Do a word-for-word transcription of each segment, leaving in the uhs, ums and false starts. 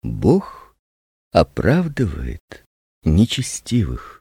Бог оправдывает нечестивых.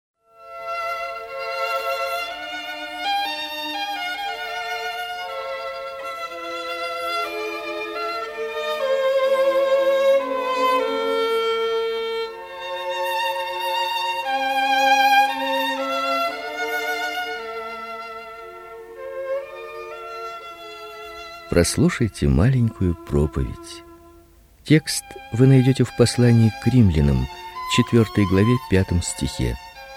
Прослушайте маленькую проповедь. Текст вы найдете в послании к римлянам, четвёртой главе, пятом стихе.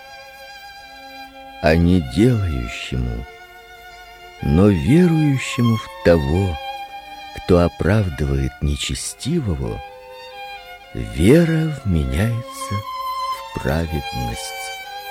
А не делающему, но верующему в того, кто оправдывает нечестивого, вера вменяется в праведность.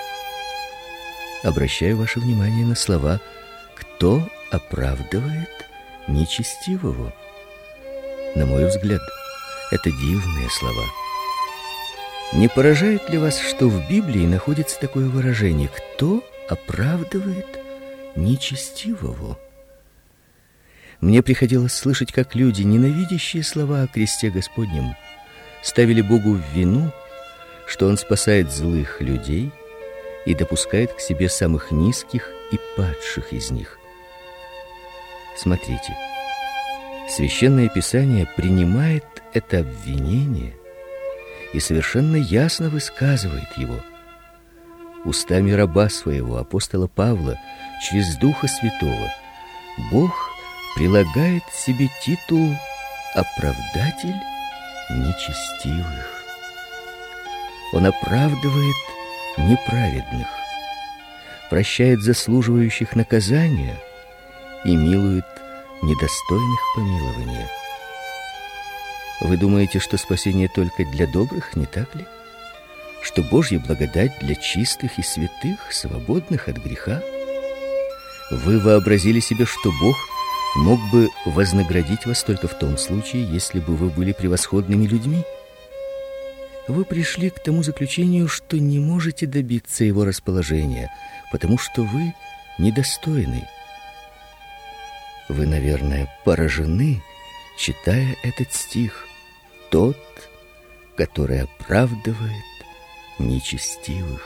Обращаю ваше внимание на слова «кто оправдывает нечестивого». На мой взгляд, это дивные слова. Не поражает ли вас, что в Библии находится такое выражение «кто оправдывает нечестивого»? Мне приходилось слышать, как люди, ненавидящие слова о кресте Господнем, ставили Богу в вину, что Он спасает злых людей и допускает к себе самых низких и падших из них. Смотрите, Священное Писание принимает это обвинение и совершенно ясно высказывает его. Устами раба своего, апостола Павла, через Духа Святого, Бог прилагает себе титул «оправдатель нечестивых». Он оправдывает неправедных, прощает заслуживающих наказания и милует недостойных помилования. Вы думаете, что спасение только для добрых, не так ли? Что Божья благодать для чистых и святых, свободных от греха? Вы вообразили себе, что Бог мог бы вознаградить вас только в том случае, если бы вы были превосходными людьми? Вы пришли к тому заключению, что не можете добиться Его расположения, потому что вы недостойны. Вы, наверное, поражены, читая этот стих. Тот, который оправдывает нечестивых.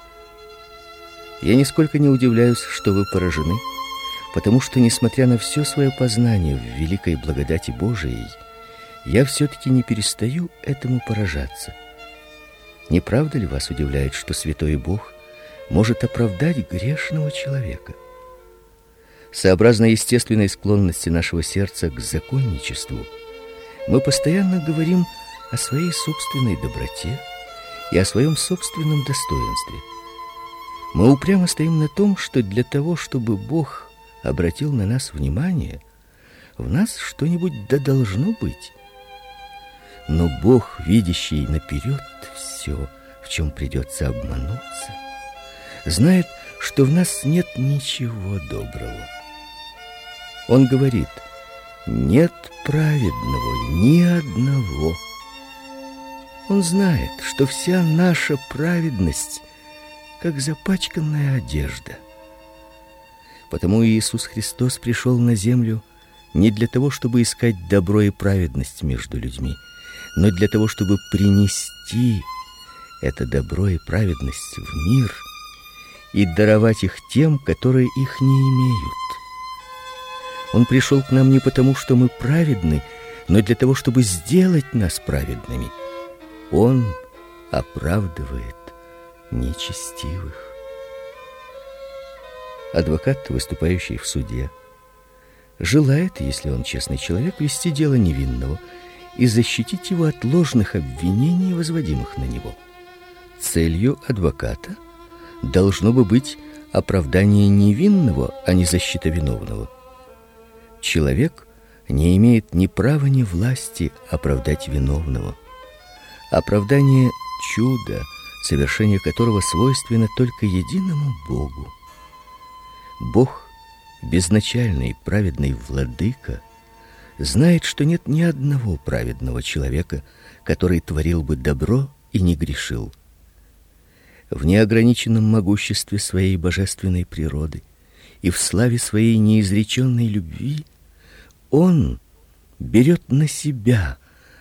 Я нисколько не удивляюсь, что вы поражены, потому что, несмотря на все свое познание в великой благодати Божией, я все-таки не перестаю этому поражаться. Не правда ли вас удивляет, что святой Бог может оправдать грешного человека? Сообразно естественной склонности нашего сердца к законничеству, мы постоянно говорим о своей собственной доброте и о своем собственном достоинстве. Мы упрямо стоим на том, что для того, чтобы Бог обратил на нас внимание, в нас что-нибудь да должно быть. Но Бог, видящий наперед все, в чем придется обмануться, знает, что в нас нет ничего доброго. Он говорит: нет праведного ни одного. Он знает, что вся наша праведность как запачканная одежда. Потому Иисус Христос пришел на землю не для того, чтобы искать добро и праведность между людьми, но для того, чтобы принести это добро и праведность в мир и даровать их тем, которые их не имеют. Он пришел к нам не потому, что мы праведны, но для того, чтобы сделать нас праведными. Он оправдывает нечестивых. Адвокат, выступающий в суде, желает, если он честный человек, вести дело невинного и защитить его от ложных обвинений, возводимых на него. Целью адвоката должно бы быть оправдание невинного, а не защита виновного. Человек не имеет ни права, ни власти оправдать виновного. Оправдание — чудо, совершение которого свойственно только единому Богу. Бог, безначальный праведный владыка, знает, что нет ни одного праведного человека, который творил бы добро и не грешил. В неограниченном могуществе своей божественной природы и в славе своей неизреченной любви Он берет на себя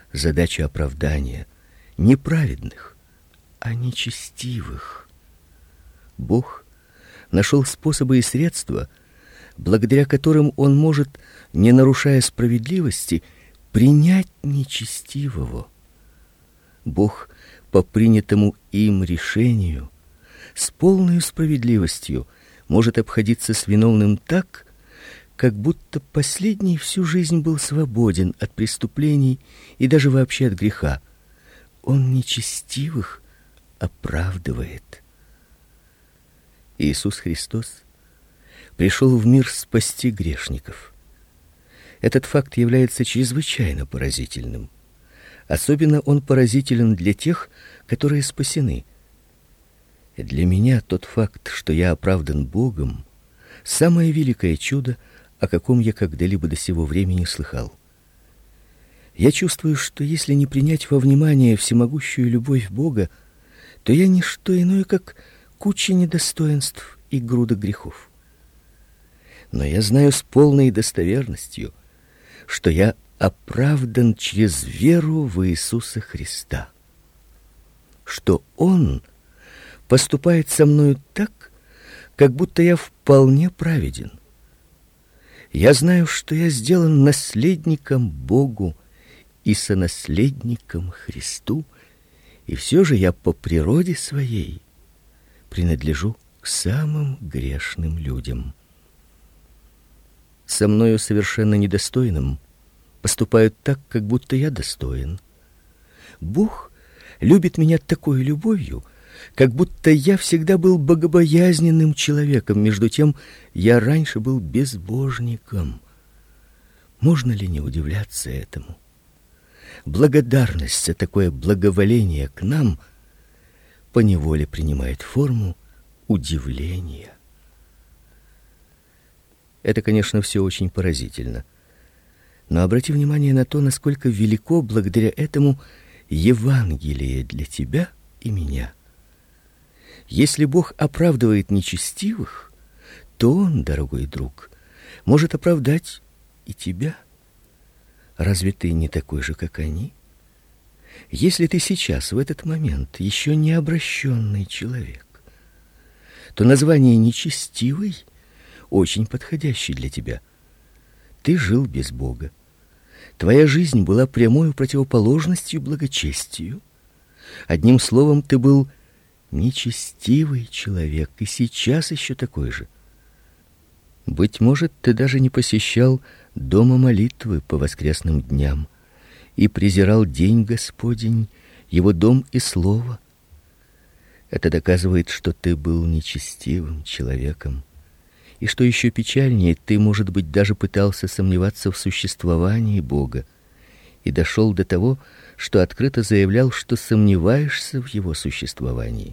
задача оправдания не праведных, а нечестивых. Бог нашел способы и средства, благодаря которым Он может, не нарушая справедливости, принять нечестивого. Бог по принятому им решению с полной справедливостью может обходиться с виновным так, как будто последний всю жизнь был свободен от преступлений и даже вообще от греха. Он нечестивых оправдывает. Иисус Христос пришел в мир спасти грешников. Этот факт является чрезвычайно поразительным. Особенно он поразителен для тех, которые спасены. Для меня тот факт, что я оправдан Богом, самое великое чудо, о каком я когда-либо до сего времени слыхал. Я чувствую, что если не принять во внимание всемогущую любовь Бога, то я не что иное, как куча недостоинств и груда грехов. Но я знаю с полной достоверностью, что я оправдан через веру в Иисуса Христа, что Он поступает со мною так, как будто я вполне праведен. Я знаю, что я сделан наследником Богу и сонаследником Христу, и все же я по природе своей принадлежу к самым грешным людям. Со мною совершенно недостойным поступают так, как будто я достоин. Бог любит меня такой любовью, как будто я всегда был богобоязненным человеком, между тем я раньше был безбожником. Можно ли не удивляться этому? Благодарность за такое благоволение к нам поневоле принимает форму удивления. Это, конечно, все очень поразительно. Но обрати внимание на то, насколько велико благодаря этому Евангелие для тебя и меня. Если Бог оправдывает нечестивых, то Он, дорогой друг, может оправдать и тебя. Разве ты не такой же, как они? Если ты сейчас, в этот момент, еще не обращенный человек, то название «нечестивый» очень подходящий для тебя. Ты жил без Бога. Твоя жизнь была прямой противоположностью благочестию. Одним словом, ты был нечестивый человек, и сейчас еще такой же. Быть может, ты даже не посещал дома молитвы по воскресным дням и презирал день Господень, его дом и слово. Это доказывает, что ты был нечестивым человеком. И что еще печальнее, ты, может быть, даже пытался сомневаться в существовании Бога и дошел до того, что открыто заявлял, что сомневаешься в его существовании.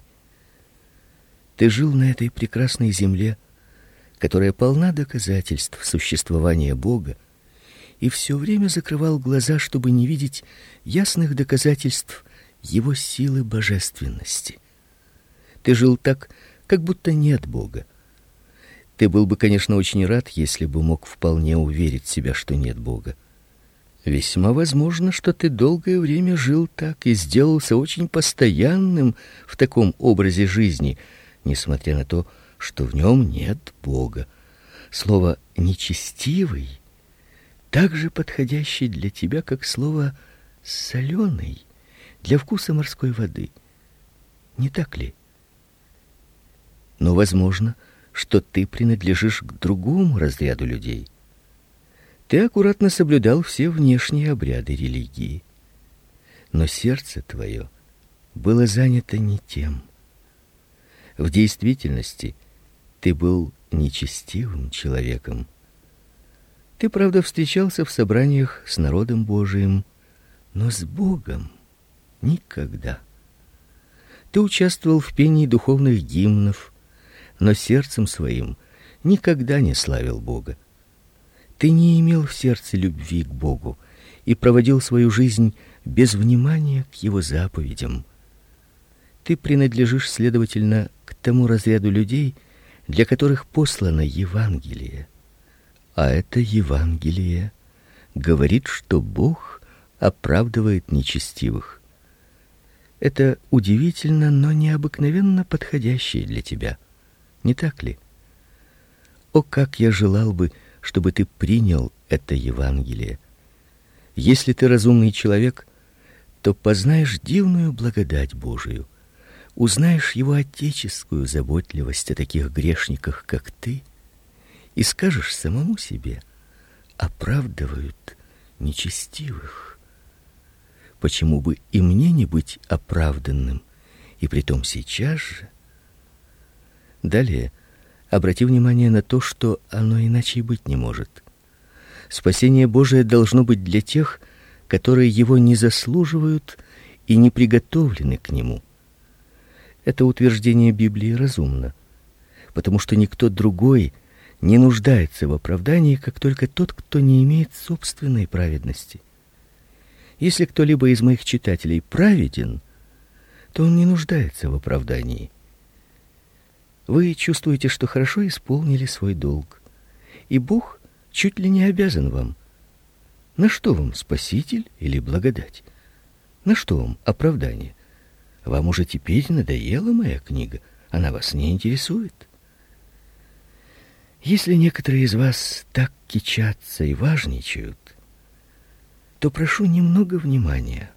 Ты жил на этой прекрасной земле, которая полна доказательств существования Бога, и все время закрывал глаза, чтобы не видеть ясных доказательств его силы божественности. Ты жил так, как будто нет Бога. Ты был бы, конечно, очень рад, если бы мог вполне уверить себя, что нет Бога. Весьма возможно, что ты долгое время жил так и сделался очень постоянным в таком образе жизни, несмотря на то, что в нем нет Бога. Слово «нечестивый» так же подходящее для тебя, как слово «соленый» для вкуса морской воды. Не так ли? Но возможно, что ты принадлежишь к другому разряду людей. Ты аккуратно соблюдал все внешние обряды религии, но сердце твое было занято не тем. В действительности ты был нечестивым человеком. Ты, правда, встречался в собраниях с народом Божиим, но с Богом никогда. Ты участвовал в пении духовных гимнов, но сердцем своим никогда не славил Бога. Ты не имел в сердце любви к Богу и проводил свою жизнь без внимания к его заповедям. Ты принадлежишь, следовательно, к тому разряду людей, для которых послано Евангелие. А это Евангелие говорит, что Бог оправдывает нечестивых. Это удивительно, но необыкновенно подходящее для тебя. Не так ли? О, как я желал бы, чтобы ты принял это Евангелие. Если ты разумный человек, то познаешь дивную благодать Божию, узнаешь его отеческую заботливость о таких грешниках, как ты, и скажешь самому себе: оправдывают нечестивых. Почему бы и мне не быть оправданным, и притом сейчас же? Далее обрати внимание на то, что оно иначе и быть не может. Спасение Божие должно быть для тех, которые его не заслуживают и не приготовлены к нему. Это утверждение Библии разумно, потому что никто другой не нуждается в оправдании, как только тот, кто не имеет собственной праведности. Если кто-либо из моих читателей праведен, то он не нуждается в оправдании. Вы чувствуете, что хорошо исполнили свой долг, и Бог чуть ли не обязан вам. На что вам спаситель или благодать? На что вам оправдание? Вам уже теперь надоела моя книга, она вас не интересует. Если некоторые из вас так кичатся и важничают, то прошу немного внимания.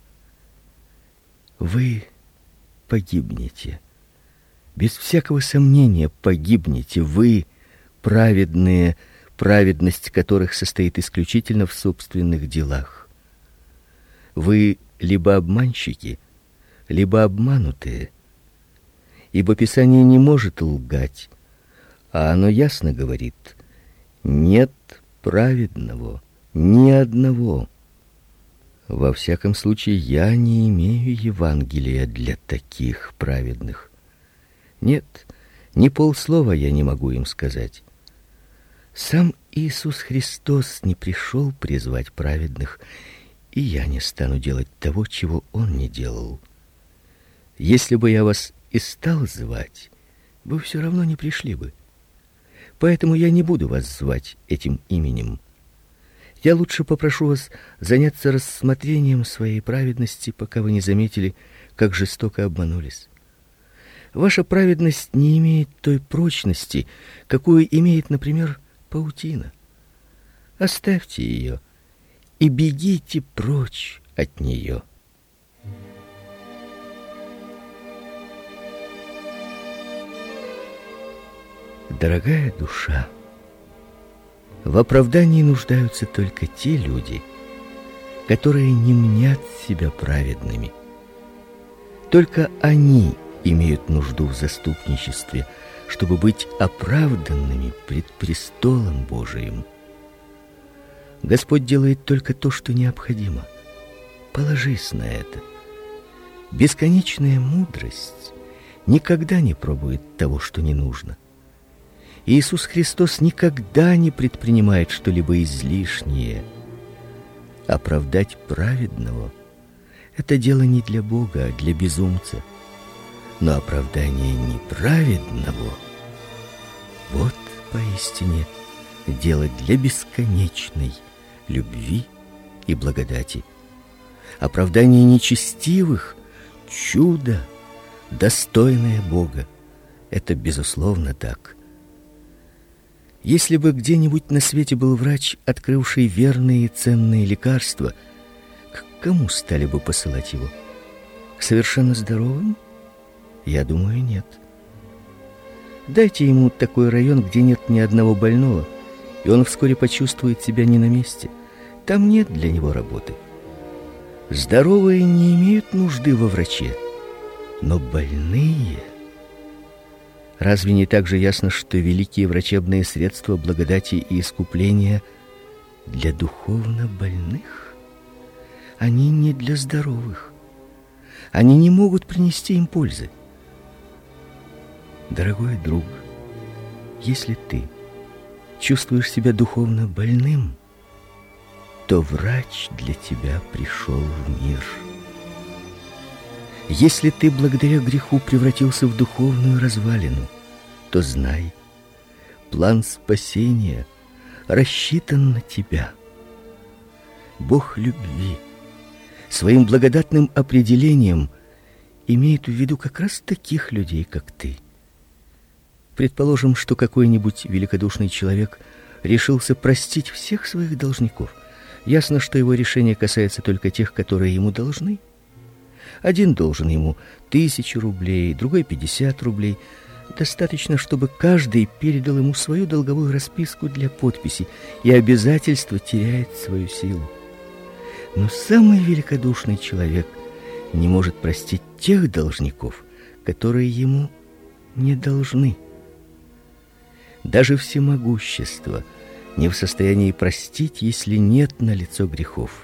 Вы погибнете. Без всякого сомнения погибнете вы, праведные, праведность которых состоит исключительно в собственных делах. Вы либо обманщики, либо обманутые. Ибо Писание не может лгать, а оно ясно говорит: нет праведного, ни одного. Во всяком случае, я не имею Евангелия для таких праведных. Нет, ни полслова я не могу им сказать. Сам Иисус Христос не пришел призвать праведных, и я не стану делать того, чего Он не делал. Если бы я вас и стал звать, вы все равно не пришли бы. Поэтому я не буду вас звать этим именем. Я лучше попрошу вас заняться рассмотрением своей праведности, пока вы не заметили, как жестоко обманулись. Ваша праведность не имеет той прочности, какую имеет, например, паутина. Оставьте ее и бегите прочь от нее. Дорогая душа, в оправдании нуждаются только те люди, которые не мнят себя праведными. Только они имеют нужду в заступничестве, чтобы быть оправданными пред престолом Божиим. Господь делает только то, что необходимо. Положись на это. Бесконечная мудрость никогда не пробует того, что не нужно. Иисус Христос никогда не предпринимает что-либо излишнее. Оправдать праведного — это дело не для Бога, а для безумца. Но оправдание неправедного — вот поистине дело для бесконечной любви и благодати. Оправдание нечестивых — чудо, достойное Бога. Это безусловно так. Если бы где-нибудь на свете был врач, открывший верные и ценные лекарства, к кому стали бы посылать его? К совершенно здоровым? Я думаю, нет. Дайте ему такой район, где нет ни одного больного, и он вскоре почувствует себя не на месте. Там нет для него работы. Здоровые не имеют нужды во враче, но больные... Разве не так же ясно, что великие врачебные средства благодати и искупления для духовно больных? Они не для здоровых. Они не могут принести им пользы. Дорогой друг, если ты чувствуешь себя духовно больным, то врач для тебя пришел в мир. Если ты благодаря греху превратился в духовную развалину, то знай, план спасения рассчитан на тебя. Бог любви своим благодатным определением имеет в виду как раз таких людей, как ты. Предположим, что какой-нибудь великодушный человек решился простить всех своих должников. Ясно, что его решение касается только тех, которые ему должны. Один должен ему тысячу рублей, другой пятьдесят рублей. Достаточно, чтобы каждый передал ему свою долговую расписку для подписи, и обязательство теряет свою силу. Но самый великодушный человек не может простить тех должников, которые ему не должны. Даже всемогущество не в состоянии простить, если нет налицо грехов.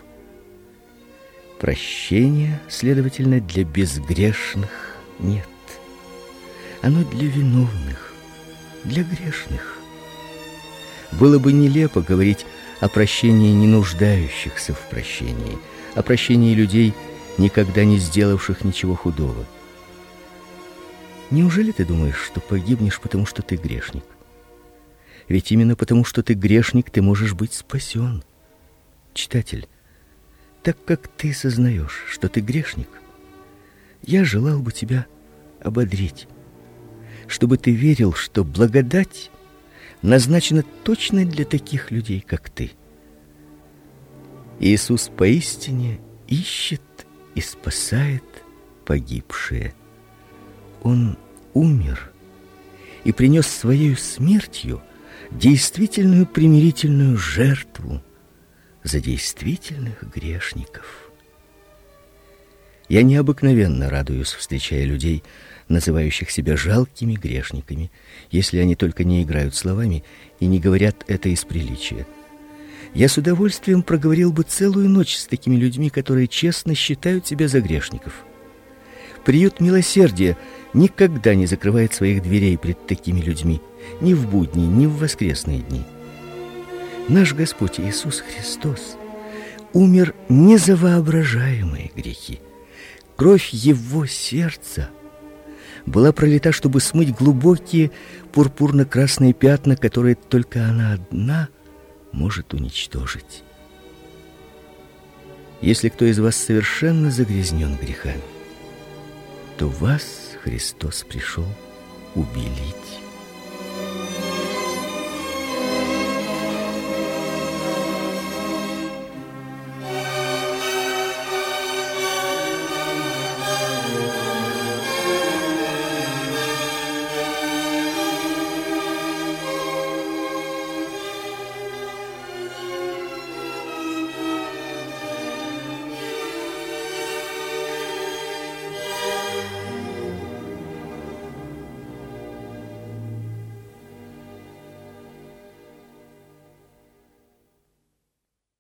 Прощения, следовательно, для безгрешных нет. Оно для виновных, для грешных. Было бы нелепо говорить о прощении не нуждающихся в прощении, о прощении людей, никогда не сделавших ничего худого. Неужели ты думаешь, что погибнешь, потому что ты грешник? Ведь именно потому, что ты грешник, ты можешь быть спасен. Читатель, так как ты сознаешь, что ты грешник, я желал бы тебя ободрить, чтобы ты верил, что благодать назначена точно для таких людей, как ты. Иисус поистине ищет и спасает погибшие. Он умер и принес своей смертью действительную примирительную жертву за действительных грешников. Я необыкновенно радуюсь, встречая людей, называющих себя жалкими грешниками, если они только не играют словами и не говорят это из приличия. Я с удовольствием проговорил бы целую ночь с такими людьми, которые честно считают себя за грешников. Приют милосердия никогда не закрывает своих дверей пред такими людьми, ни в будни, ни в воскресные дни. Наш Господь Иисус Христос умер не за воображаемые грехи. Кровь Его сердца была пролита, чтобы смыть глубокие пурпурно-красные пятна, которые только она одна может уничтожить. Если кто из вас совершенно загрязнен грехами, то вас Христос пришел убелить.